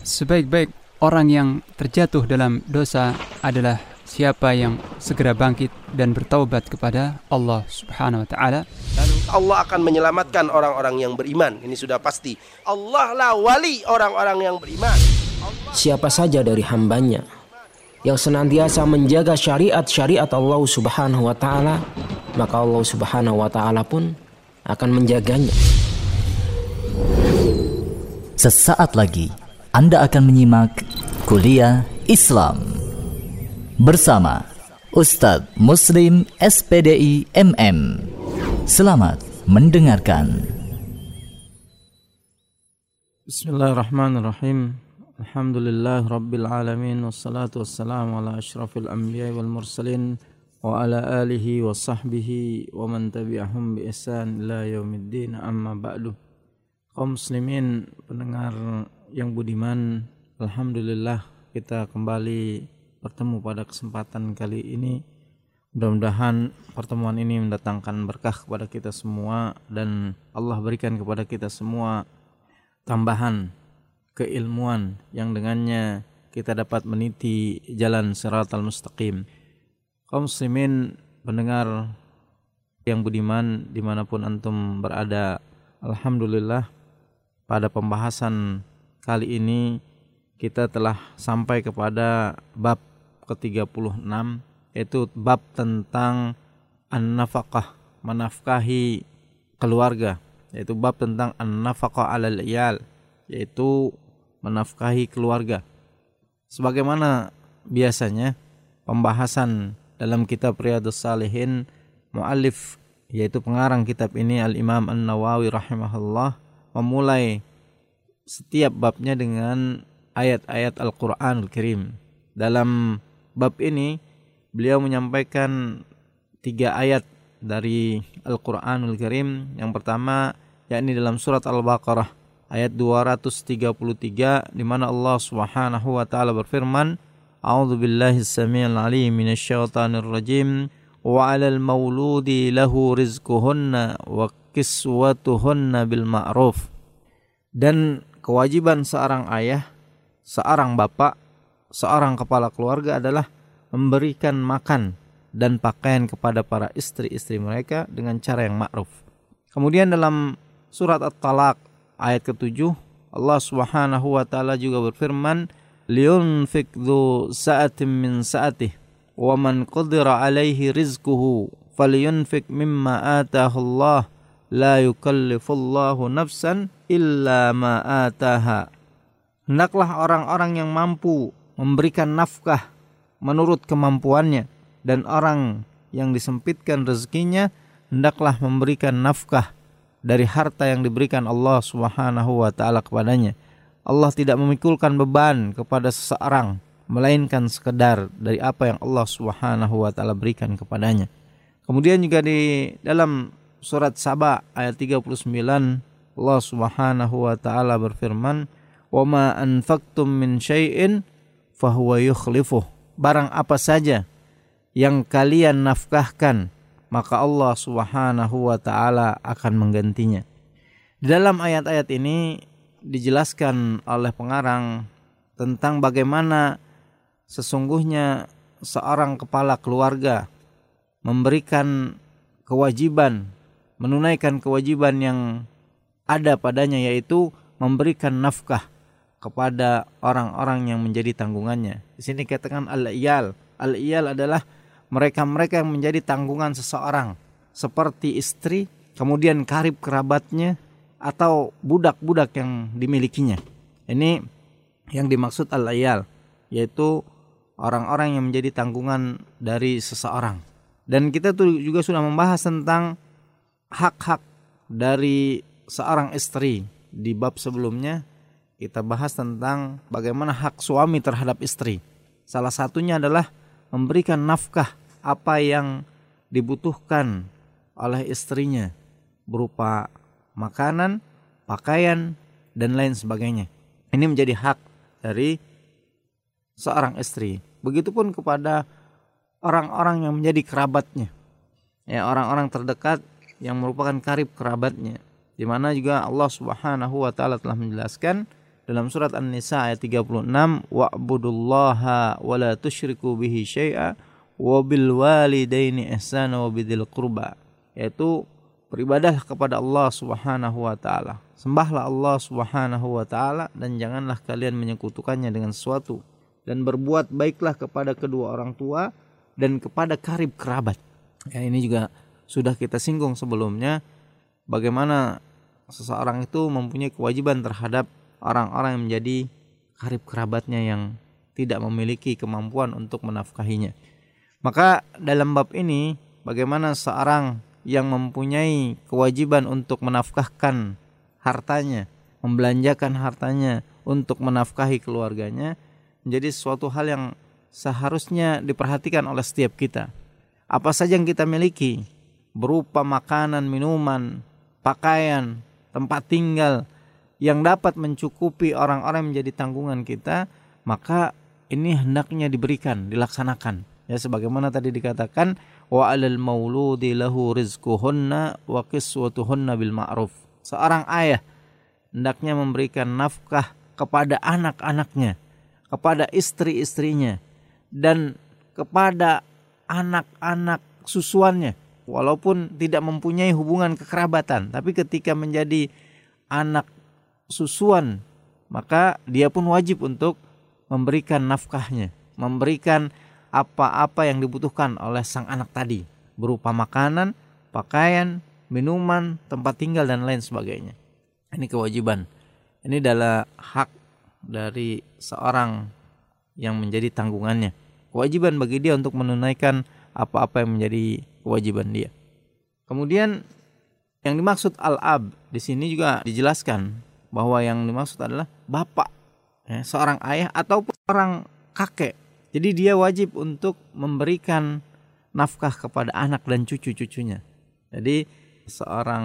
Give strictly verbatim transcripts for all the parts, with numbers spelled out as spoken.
sebaik-baik orang yang terjatuh dalam dosa adalah siapa yang segera bangkit dan bertaubat kepada Allah Subhanahu wa taala. Allah akan menyelamatkan orang-orang yang beriman. Ini sudah pasti. Allah lah wali orang-orang yang beriman. Siapa saja dari hambanya yang senantiasa menjaga syariat-syariat Allah Subhanahu wa taala, maka Allah Subhanahu wa taala pun akan menjaganya. Sesaat lagi Anda akan menyimak Kuliah Islam bersama Ustadz Muslim S P D I M M. Selamat mendengarkan. Bismillahirrahmanirrahim. Alhamdulillah Rabbil Alamin. Wassalatu wassalamu ala ashrafil anbiya wal mursalin wa ala alihi wa sahbihi wa man tabi'ahum bi ihsan ila yaumiddin, amma ba'du. Kaum muslimin pendengar yang budiman, alhamdulillah kita kembali bertemu pada kesempatan kali ini. Mudah-mudahan pertemuan ini mendatangkan berkah kepada kita semua dan Allah berikan kepada kita semua tambahan keilmuan yang dengannya kita dapat meniti jalan siratal mustaqim. Kaum muslimin pendengar yang budiman dimanapun antum berada, alhamdulillah pada pembahasan kali ini kita telah sampai kepada bab ke tiga puluh enam, yaitu bab tentang an-nafaqah, menafkahi keluarga, yaitu bab tentang an-nafaqah 'alal iyal, yaitu menafkahi keluarga. Sebagaimana biasanya pembahasan dalam kitab Riyadhus Shalihin, muallif yaitu pengarang kitab ini Al-Imam An-Nawawi rahimahullah memulai setiap babnya dengan ayat-ayat Al-Qur'anul Karim. Dalam bab ini beliau menyampaikan tiga ayat dari Al-Qur'anul Karim. Yang pertama yakni dalam surat Al-Baqarah ayat dua ratus tiga puluh tiga, di mana Allah Subhanahu wa taala berfirman, A'udzubillahi as-sami'il 'alim minasyaitonir rajim, wa 'alal mauludi lahu rizquhunna wa kiswatuhunna bil ma'ruf. Dan kewajiban seorang ayah, seorang bapak, seorang kepala keluarga adalah memberikan makan dan pakaian kepada para istri-istri mereka dengan cara yang ma'ruf. Kemudian dalam surat At-Talaq ayat ketujuh, Allah Subhanahu wa taala juga berfirman, liyunfik dzu sa'atin min sa'atih wa man qadira 'alaihi rizquhu falyunfik mimma ataahu Allah la yukallifullahu nafsan illa ma ataha. Hendaklah orang-orang yang mampu memberikan nafkah menurut kemampuannya, dan orang yang disempitkan rezekinya hendaklah memberikan nafkah dari harta yang diberikan Allah Subhanahu wa taala kepadanya. Allah tidak memikulkan beban kepada seseorang melainkan sekedar dari apa yang Allah Subhanahu wa taala berikan kepadanya. Kemudian juga di dalam surat Saba ayat tiga puluh sembilan, Allah Subhanahu wa taala berfirman, "Wa ma anfaqtum min syai'in fahuwa yukhlifuh." Barang apa saja yang kalian nafkahkan, maka Allah Subhanahu wa taala akan menggantinya. Di dalam ayat-ayat ini dijelaskan oleh pengarang tentang bagaimana sesungguhnya seorang kepala keluarga memberikan kewajiban, menunaikan kewajiban yang ada padanya, yaitu memberikan nafkah kepada orang-orang yang menjadi tanggungannya. Di sini katakan al-iyal. Al-iyal adalah mereka-mereka yang menjadi tanggungan seseorang, seperti istri, kemudian karib kerabatnya, atau budak-budak yang dimilikinya. Ini yang dimaksud al-iyal, yaitu orang-orang yang menjadi tanggungan dari seseorang. Dan kita tuh juga sudah membahas tentang hak-hak dari seorang istri. Di bab sebelumnya kita bahas tentang bagaimana hak suami terhadap istri. Salah satunya adalah memberikan nafkah apa yang dibutuhkan oleh istrinya berupa makanan, pakaian, dan lain sebagainya. Ini menjadi hak dari seorang istri. Begitupun kepada orang-orang yang menjadi kerabatnya, ya, orang-orang terdekat yang merupakan karib kerabatnya, di mana juga Allah Subhanahu wa taala telah menjelaskan dalam surat An-Nisa ayat tiga puluh enam, wa'budullaha wa la tusyriku bihi syai'a wa bil walidaini ihsana wa bidzil qurba, yaitu beribadahlah kepada Allah Subhanahu wa taala. Sembahlah Allah Subhanahu wa taala dan janganlah kalian menyekutukannya dengan sesuatu, dan berbuat baiklah kepada kedua orang tua dan kepada karib kerabat. Ya, ini juga sudah kita singgung sebelumnya, bagaimana seseorang itu mempunyai kewajiban terhadap orang-orang yang menjadi karib kerabatnya yang tidak memiliki kemampuan untuk menafkahinya. Maka dalam bab ini, bagaimana seorang yang mempunyai kewajiban untuk menafkahkan hartanya, membelanjakan hartanya untuk menafkahi keluarganya, menjadi suatu hal yang seharusnya diperhatikan oleh setiap kita. Apa saja yang kita miliki, berupa makanan, minuman, pakaian, tempat tinggal yang dapat mencukupi orang-orang yang menjadi tanggungan kita, maka ini hendaknya diberikan, dilaksanakan. Ya, sebagaimana tadi dikatakan, wa 'alal mauludi lahu rizquhunna wa qiswatuhunna bil ma'ruf. Seorang ayah hendaknya memberikan nafkah kepada anak-anaknya, kepada istri-istrinya, dan kepada anak-anak susuannya, walaupun tidak mempunyai hubungan kekerabatan, tapi ketika menjadi anak susuan, maka dia pun wajib untuk memberikan nafkahnya, memberikan apa-apa yang dibutuhkan oleh sang anak tadi, berupa makanan, pakaian, minuman, tempat tinggal, dan lain sebagainya. Ini kewajiban. Ini adalah hak dari seorang yang menjadi tanggungannya. Kewajiban bagi dia untuk menunaikan apa-apa yang menjadi kewajiban dia. Kemudian yang dimaksud al-ab di sini juga dijelaskan bahwa yang dimaksud adalah bapak, ya, seorang ayah ataupun orang kakek. Jadi dia wajib untuk memberikan nafkah kepada anak dan cucu-cucunya. Jadi seorang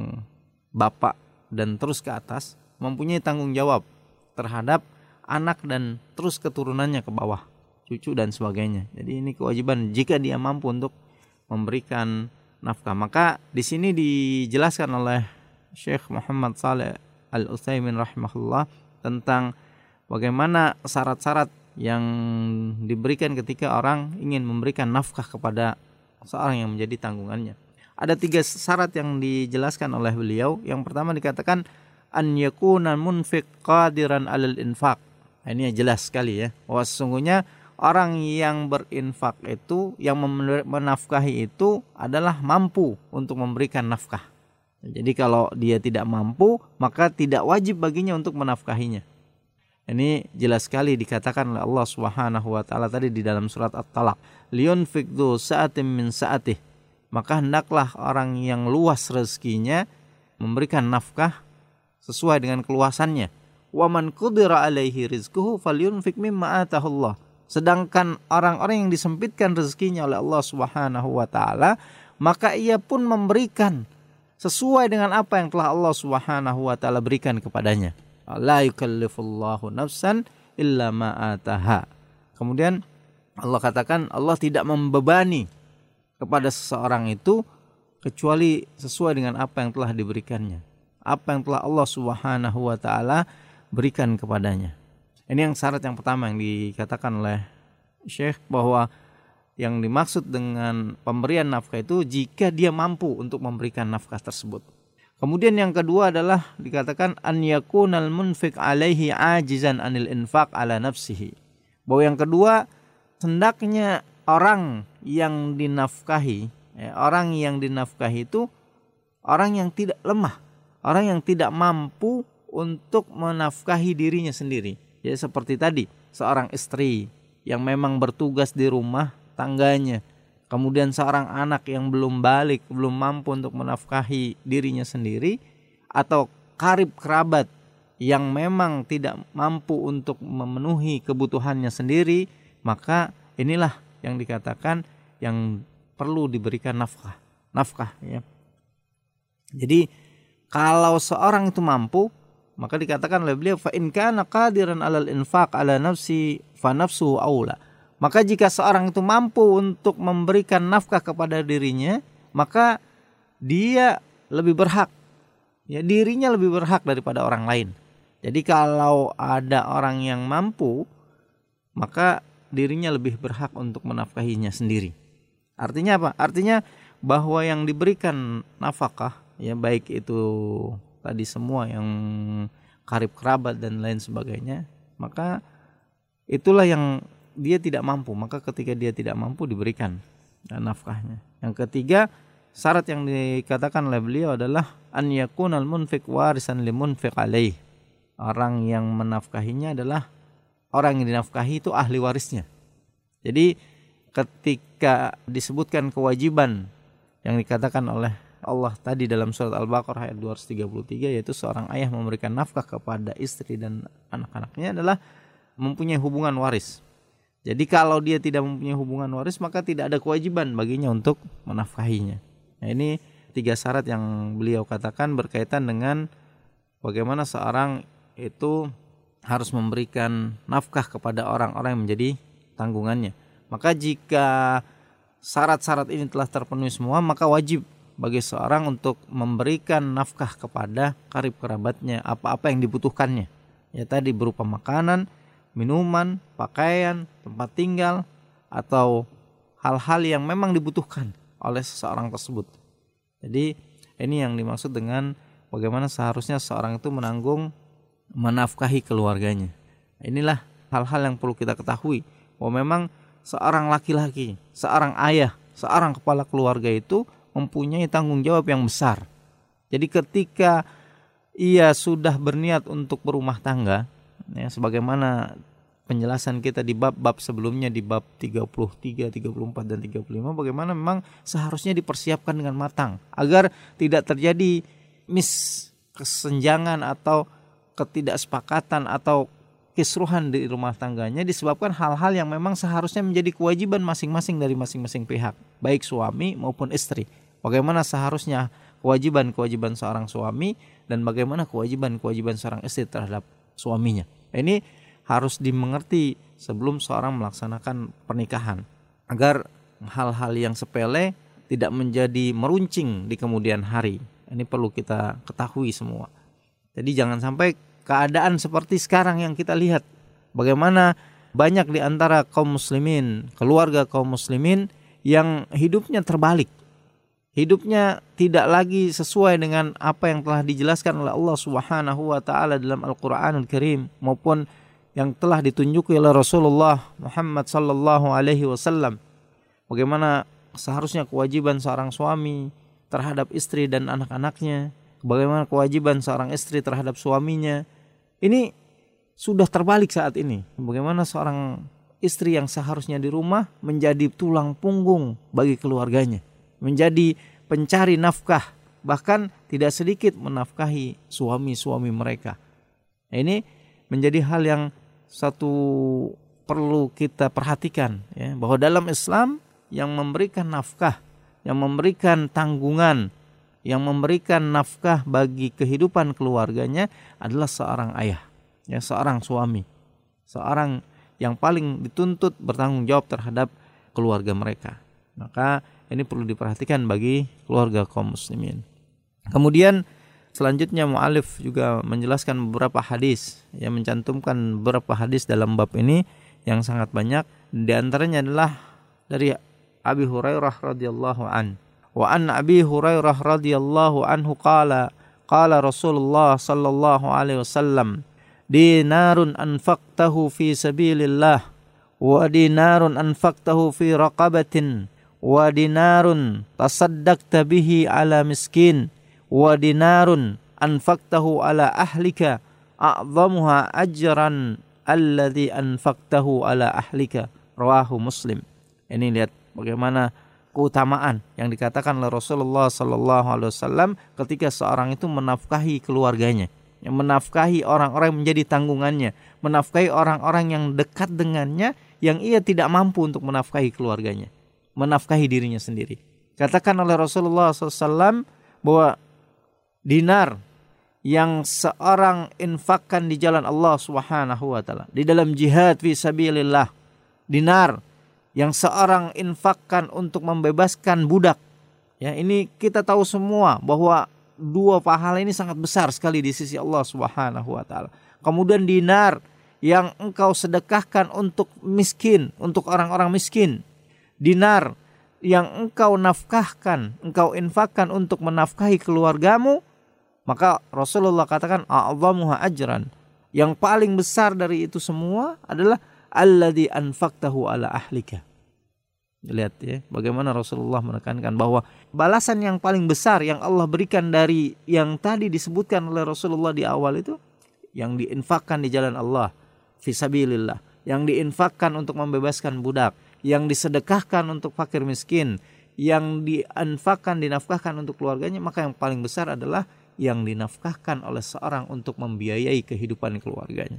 bapak dan terus ke atas mempunyai tanggung jawab terhadap anak dan terus keturunannya ke bawah, cucu dan sebagainya. Jadi ini kewajiban jika dia mampu untuk memberikan nafkah. Maka di sini dijelaskan oleh Syekh Muhammad Shalih Al-Utsaimin rahimahullah tentang bagaimana syarat-syarat yang diberikan ketika orang ingin memberikan nafkah kepada seorang yang menjadi tanggungannya. Ada tiga syarat yang dijelaskan oleh beliau. Yang pertama dikatakan an yakuna munfiq qadiran alal infaq. Ini jelas sekali ya, bahwa sesungguhnya orang yang berinfak itu, yang menafkahi itu adalah mampu untuk memberikan nafkah. Jadi kalau dia tidak mampu, maka tidak wajib baginya untuk menafkahinya. Ini jelas sekali dikatakan oleh Allah Subhanahu wa taala tadi di dalam surat At-Talaq, liyunfiq dzu sa'atin min sa'atih. Maka hendaklah orang yang luas rezekinya memberikan nafkah sesuai dengan keluasannya. Wa man qudira alaihi rizquhu falyunfiq mimma atahullah. Sedangkan orang-orang yang disempitkan rezekinya oleh Allah Subhanahu wa taala, maka ia pun memberikan sesuai dengan apa yang telah Allah Subhanahu wa taala berikan kepadanya. La yukallifullahu nafsan illa ma ataha. Kemudian Allah katakan Allah tidak membebani kepada seseorang itu kecuali sesuai dengan apa yang telah diberikannya, apa yang telah Allah Subhanahu wa taala berikan kepadanya. Ini yang syarat yang pertama yang dikatakan oleh Syekh, bahwa yang dimaksud dengan pemberian nafkah itu jika dia mampu untuk memberikan nafkah tersebut. Kemudian yang kedua adalah dikatakan an yakunal munfiq alaihi ajizan anil infaq ala nafsihi. Bahwa yang kedua, hendaknya orang yang dinafkahi, ya, orang yang dinafkahi itu orang yang tidak lemah, orang yang tidak mampu untuk menafkahi dirinya sendiri. Ya, seperti tadi, seorang istri yang memang bertugas di rumah tangganya, kemudian seorang anak yang belum balik, belum mampu untuk menafkahi dirinya sendiri, atau karib kerabat yang memang tidak mampu untuk memenuhi kebutuhannya sendiri, maka inilah yang dikatakan yang perlu diberikan nafkah. Nafkah, ya. Jadi kalau seorang itu mampu, maka dikatakan oleh beliau, fa in kana qadiran 'alal infaq 'ala nafsi fa nafsuhu aula. Maka jika seorang itu mampu untuk memberikan nafkah kepada dirinya, maka dia lebih berhak. Ya, dirinya lebih berhak daripada orang lain. Jadi kalau ada orang yang mampu, maka dirinya lebih berhak untuk menafkahinya sendiri. Artinya apa? Artinya bahwa yang diberikan nafkah, ya baik itu tadi semua yang karib kerabat dan lain sebagainya, maka itulah yang dia tidak mampu. Maka ketika dia tidak mampu diberikan nafkahnya. Yang ketiga, syarat yang dikatakan oleh beliau adalah an yakunal munfiq warisan limunfiq alaih. Orang yang menafkahinya adalah orang yang dinafkahi itu ahli warisnya. Jadi ketika disebutkan kewajiban yang dikatakan oleh Allah tadi dalam surat Al-Baqarah ayat dua ratus tiga puluh tiga, yaitu seorang ayah memberikan nafkah kepada istri dan anak-anaknya adalah mempunyai hubungan waris. Jadi kalau dia tidak mempunyai hubungan waris, maka tidak ada kewajiban baginya untuk menafkahinya. Nah, ini tiga syarat yang beliau katakan berkaitan dengan bagaimana seorang itu harus memberikan nafkah kepada orang-orang yang menjadi tanggungannya. Maka jika syarat-syarat ini telah terpenuhi semua, maka wajib bagi seorang untuk memberikan nafkah kepada karib kerabatnya apa-apa yang dibutuhkannya. Ya tadi berupa makanan, minuman, pakaian, tempat tinggal, atau hal-hal yang memang dibutuhkan oleh seseorang tersebut. Jadi ini yang dimaksud dengan bagaimana seharusnya seorang itu menanggung menafkahi keluarganya. Inilah hal-hal yang perlu kita ketahui, bahwa memang seorang laki-laki, seorang ayah, seorang kepala keluarga itu mempunyai tanggung jawab yang besar. Jadi ketika ia sudah berniat untuk berumah tangga, ya, sebagaimana penjelasan kita di bab-bab sebelumnya, di bab tiga puluh tiga, tiga puluh empat dan tiga puluh lima, bagaimana memang seharusnya dipersiapkan dengan matang agar tidak terjadi mis kesenjangan atau ketidaksepakatan atau kisruhan di rumah tangganya disebabkan hal-hal yang memang seharusnya menjadi kewajiban masing-masing dari masing-masing pihak, baik suami maupun istri. Bagaimana seharusnya kewajiban-kewajiban seorang suami dan bagaimana kewajiban-kewajiban seorang istri terhadap suaminya. Ini harus dimengerti sebelum seorang melaksanakan pernikahan, agar hal-hal yang sepele tidak menjadi meruncing di kemudian hari. Ini perlu kita ketahui semua. Jadi jangan sampai keadaan seperti sekarang yang kita lihat, bagaimana banyak di antara kaum muslimin, keluarga kaum muslimin yang hidupnya terbalik. Hidupnya tidak lagi sesuai dengan apa yang telah dijelaskan oleh Allah Subhanahu wa taala dalam Al-Qur'anul Karim maupun yang telah ditunjuki oleh Rasulullah Muhammad sallallahu alaihi wasallam. Bagaimana seharusnya kewajiban seorang suami terhadap istri dan anak-anaknya, bagaimana kewajiban seorang istri terhadap suaminya. Ini sudah terbalik saat ini. Bagaimana seorang istri yang seharusnya di rumah menjadi tulang punggung bagi keluarganya, menjadi pencari nafkah, bahkan tidak sedikit menafkahi suami-suami mereka. Nah, ini menjadi hal yang satu perlu kita perhatikan, ya, bahwa dalam Islam yang memberikan nafkah, yang memberikan tanggungan, yang memberikan nafkah bagi kehidupan keluarganya adalah seorang ayah, ya, seorang suami, seorang yang paling dituntut bertanggung jawab terhadap keluarga mereka. Maka ini perlu diperhatikan bagi keluarga kaum muslimin. Kemudian selanjutnya mu'alif juga menjelaskan beberapa hadis, yang mencantumkan beberapa hadis dalam bab ini yang sangat banyak. Di antaranya adalah dari Abi Hurairah radhiyallahu an. Wa an Abi Hurairah radhiyallahu anhu qala qala Rasulullah sallallahu alaihi wasallam dinarun anfaqtahu fi sabilillah wa dinarun anfaqtahu fi raqabatin wa dinarun tasaddaqta bihi ala miskin wa dinarun anfaqtahu ala ahlika a'zamuha ajran alladhi anfaqtahu ala ahlika, rawahu Muslim. Ini lihat bagaimana keutamaan yang dikatakan oleh Rasulullah sallallahu alaihi wasallam ketika seorang itu menafkahi keluarganya, yang menafkahi orang-orang yang menjadi tanggungannya, menafkahi orang-orang yang dekat dengannya yang ia tidak mampu untuk menafkahi keluarganya, menafkahi dirinya sendiri. Katakan oleh Rasulullah sallallahu alaihi wasallam bahwa dinar yang seorang infakkan di jalan Allah Subhanahu wa taala, di dalam jihad fi sabilillah, dinar yang seorang infakkan untuk membebaskan budak. Ya, ini kita tahu semua bahwa dua pahala ini sangat besar sekali di sisi Allah Subhanahu wa taala. Kemudian dinar yang engkau sedekahkan untuk miskin, untuk orang-orang miskin. Dinar yang engkau nafkahkan, engkau infakkan untuk menafkahi keluargamu, maka Rasulullah katakan a'zamuha ajran. Yang paling besar dari itu semua adalah alladzi anfaqtahu ala ahlika. Lihat ya, bagaimana Rasulullah menekankan bahwa balasan yang paling besar yang Allah berikan dari yang tadi disebutkan oleh Rasulullah di awal itu, yang diinfakkan di jalan Allah, fisabilillah, yang diinfakkan untuk membebaskan budak, yang disedekahkan untuk fakir miskin, yang diinfakkan, dinafkahkan untuk keluarganya, maka yang paling besar adalah yang dinafkahkan oleh seorang untuk membiayai kehidupan keluarganya.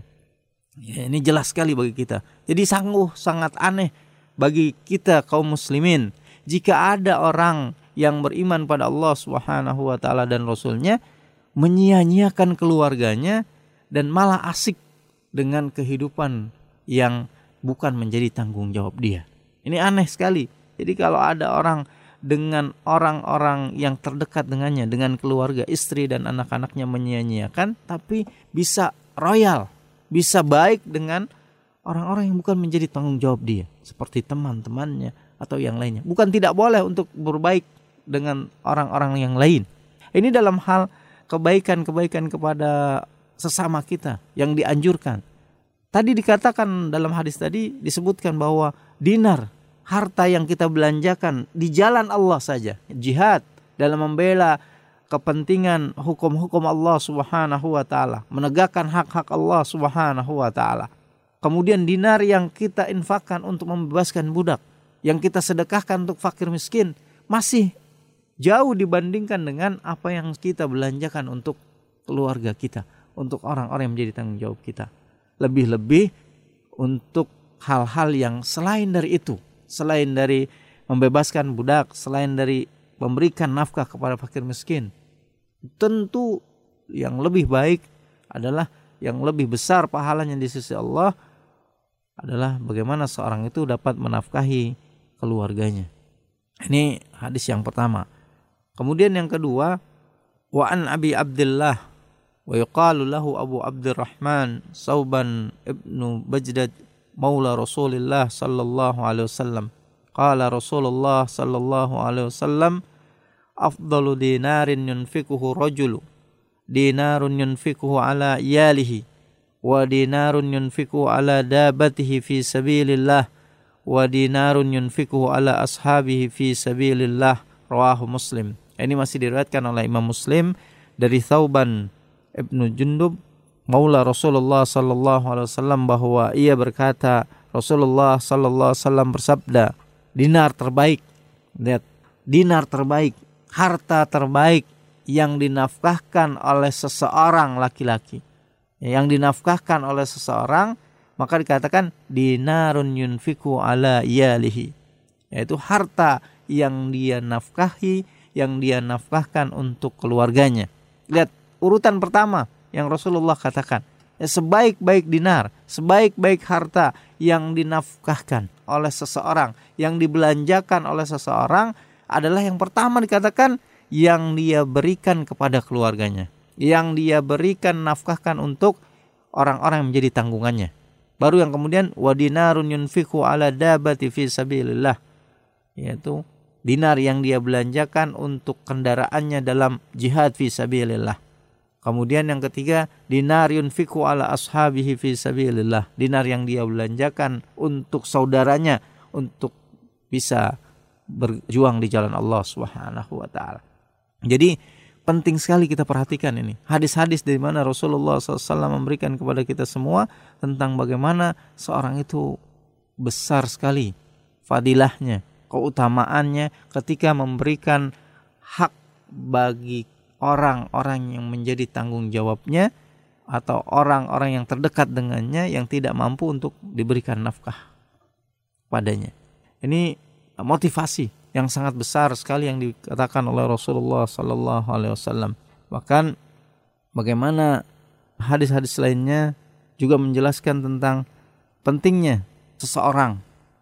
Ya, ini jelas sekali bagi kita. Jadi sangguh sangat aneh bagi kita kaum muslimin jika ada orang yang beriman pada Allah Subhanahu wa taala dan Rasulnya menyia-nyiakan keluarganya dan malah asik dengan kehidupan yang bukan menjadi tanggung jawab dia. Ini aneh sekali. Jadi kalau ada orang dengan orang-orang yang terdekat dengannya, dengan keluarga, istri dan anak-anaknya menyia-nyiakan, tapi bisa royal, bisa baik dengan orang-orang yang bukan menjadi tanggung jawab dia, seperti teman-temannya atau yang lainnya. Bukan tidak boleh untuk berbaik dengan orang-orang yang lain. Ini dalam hal kebaikan-kebaikan kepada sesama kita yang dianjurkan. Tadi dikatakan dalam hadis tadi disebutkan bahwa dinar, harta yang kita belanjakan di jalan Allah saja, jihad dalam membela kepentingan hukum-hukum Allah Subhanahu wa taala, menegakkan hak-hak Allah Subhanahu wa taala. Kemudian dinar yang kita infakkan untuk membebaskan budak, yang kita sedekahkan untuk fakir miskin, masih jauh dibandingkan dengan apa yang kita belanjakan untuk keluarga kita, untuk orang-orang yang menjadi tanggung jawab kita. Lebih-lebih untuk hal-hal yang selain dari itu, selain dari membebaskan budak, selain dari memberikan nafkah kepada fakir miskin, tentu yang lebih baik adalah, yang lebih besar pahalanya di sisi Allah adalah bagaimana seorang itu dapat menafkahi keluarganya. Ini hadis yang pertama. Kemudian yang kedua, wa an Abi Abdullah wa yuqalu lahu Abu Abdurrahman Sauban ibnu Bajdad maula Rasulillah sallallahu alaihi wasallam. Qala Rasulullah sallallahu alaihi wasallam, afdalu dinarin yunfikuhu rajulu dinarun yunfikuhu ala iyalihi wa dinarun yunfikuhu ala dabatihi fi sabilillah wa dinarun yunfikuhu ala ashabihi fi sabilillah. Rawahu Muslim. Ini masih diriwayatkan oleh Imam Muslim dari Thauban ibnu Jundub maula Rasulullah sallallahu alaihi wasallam, bahwa ia berkata, Rasulullah sallallahu alaihi wasallam bersabda, dinar terbaik, lihat, dinar terbaik, harta terbaik yang dinafkahkan oleh seseorang laki-laki, yang dinafkahkan oleh seseorang, maka dikatakan dinarun yunfiku ala iyalihi, yaitu harta yang dia nafkahi, yang dia nafkahkan untuk keluarganya. Lihat urutan pertama yang Rasulullah katakan, ya, sebaik-baik dinar, sebaik-baik harta yang dinafkahkan oleh seseorang, yang dibelanjakan oleh seseorang adalah yang pertama dikatakan yang dia berikan kepada keluarganya, yang dia berikan nafkahkan untuk orang-orang yang menjadi tanggungannya. Baru yang kemudian wa dinarun yunfiqu ala dabati fi sabilillah, yaitu dinar yang dia belanjakan untuk kendaraannya dalam jihad fi sabilillah. Kemudian yang ketiga, dinar yunfiqu ala ashabihi fi sabilillah, dinar yang dia belanjakan untuk saudaranya untuk bisa berjuang di jalan Allah Subhanahu wa taala. Jadi penting sekali kita perhatikan ini hadis-hadis dari mana Rasulullah shallallahu alaihi wasallam memberikan kepada kita semua tentang bagaimana seorang itu besar sekali fadilahnya, keutamaannya ketika memberikan hak bagi orang-orang yang menjadi tanggung jawabnya atau orang-orang yang terdekat dengannya yang tidak mampu untuk diberikan nafkah padanya. Ini motivasi yang sangat besar sekali yang dikatakan oleh Rasulullah sallallahu alaihi wasallam. Bahkan bagaimana hadis-hadis lainnya juga menjelaskan tentang pentingnya seseorang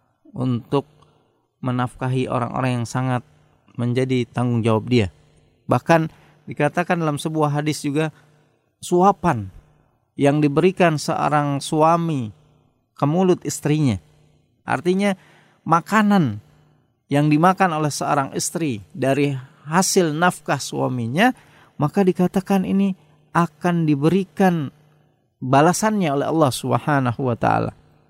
untuk menafkahi orang-orang yang sangat menjadi tanggung jawab dia. Bahkan dikatakan dalam sebuah hadis juga, suapan yang diberikan seorang suami ke mulut istrinya, artinya makanan yang dimakan oleh seorang istri dari hasil nafkah suaminya, maka dikatakan ini akan diberikan balasannya oleh Allah Subhanahu wa taala.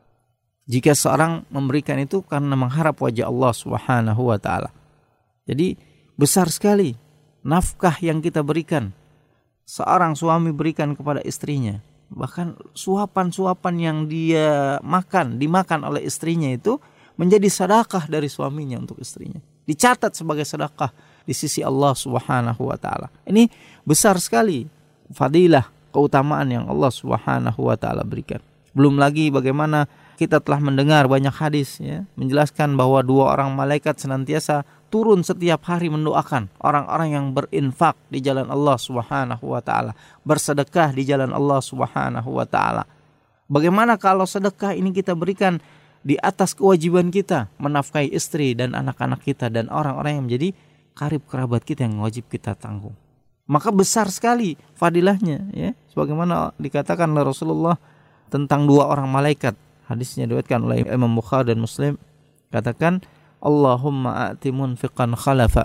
Jika seorang memberikan itu karena mengharap wajah Allah Subhanahu wa taala. Jadi besar sekali nafkah yang kita berikan, seorang suami berikan kepada istrinya. Bahkan suapan-suapan yang dia makan, dimakan oleh istrinya itu menjadi sedekah dari suaminya untuk istrinya. Dicatat sebagai sedekah di sisi Allah Subhanahu wa taala. Ini besar sekali fadilah, keutamaan yang Allah Subhanahu wa taala berikan. Belum lagi bagaimana kita telah mendengar banyak hadis ya, menjelaskan bahwa dua orang malaikat senantiasa turun setiap hari mendoakan orang-orang yang berinfak di jalan Allah Subhanahu wa taala, bersedekah di jalan Allah Subhanahu wa taala. Bagaimana kalau sedekah ini kita berikan di atas kewajiban kita menafkahi istri dan anak-anak kita dan orang-orang yang menjadi karib kerabat kita yang wajib kita tanggung. Maka besar sekali fadilahnya ya, sebagaimana dikatakan oleh Rasulullah tentang dua orang malaikat. Hadisnya diriwayatkan oleh Imam Bukhari dan Muslim, katakan Allahumma a'ti munfiqan khalafa.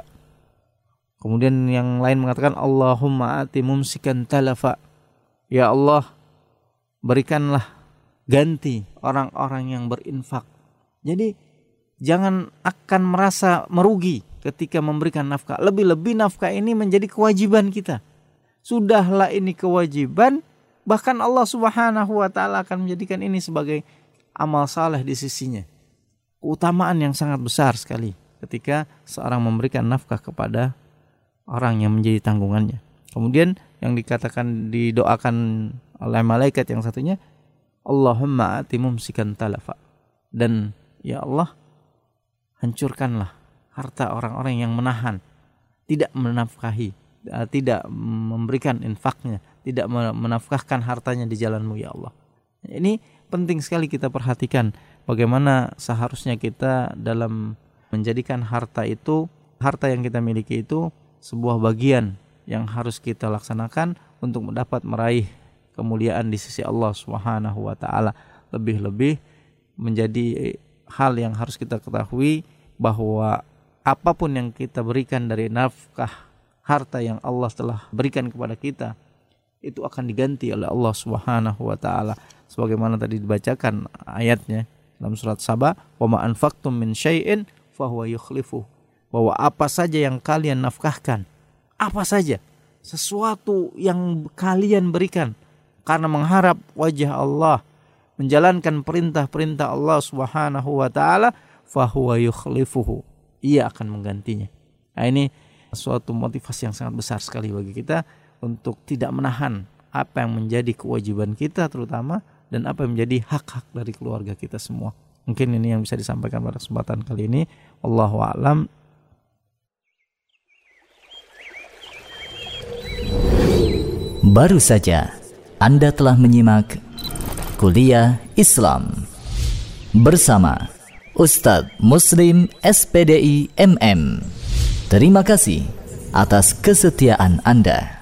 Kemudian yang lain mengatakan Allahumma a'ti mumsikan talafa. Ya Allah, berikanlah ganti orang-orang yang berinfak. Jadi jangan akan merasa merugi ketika memberikan nafkah. Lebih-lebih nafkah ini menjadi kewajiban kita. Sudahlah ini kewajiban, bahkan Allah Subhanahu wa taala akan menjadikan ini sebagai amal saleh di sisinya. Keutamaan yang sangat besar sekali ketika seorang memberikan nafkah kepada orang yang menjadi tanggungannya. Kemudian yang dikatakan didoakan oleh malaikat yang satunya, Allahumma ati mumsikan talafa. Dan ya Allah, hancurkanlah harta orang-orang yang menahan, tidak menafkahi, tidak memberikan infaknya, tidak menafkahkan hartanya di jalan-Mu ya Allah. Ini penting sekali kita perhatikan bagaimana seharusnya kita dalam menjadikan harta itu, harta yang kita miliki itu sebuah bagian yang harus kita laksanakan untuk mendapat meraih kemuliaan di sisi Allah Subhanahu wa taala. Lebih-lebih menjadi hal yang harus kita ketahui bahwa apapun yang kita berikan dari nafkah harta yang Allah telah berikan kepada kita, itu akan diganti oleh Allah Subhanahu wa taala. Sebagaimana tadi dibacakan ayatnya dalam surat Saba, wa ma anfaqtum min syai'in fahuwa yukhlifuh. Bahwa apa saja yang kalian nafkahkan, apa saja, sesuatu yang kalian berikan karena mengharap wajah Allah, menjalankan perintah-perintah Allah Subhanahu wa taala, fahuwa yukhlifuhu. Ia akan menggantinya. Nah, ini suatu motivasi yang sangat besar sekali bagi kita untuk tidak menahan apa yang menjadi kewajiban kita terutama, dan apa yang menjadi hak-hak dari keluarga kita semua. Mungkin ini yang bisa disampaikan pada kesempatan kali ini. Wallahu a'lam. Baru saja Anda telah menyimak Kuliah Islam bersama Ustadz Muslim S P D I M M. Terima kasih atas kesetiaan Anda.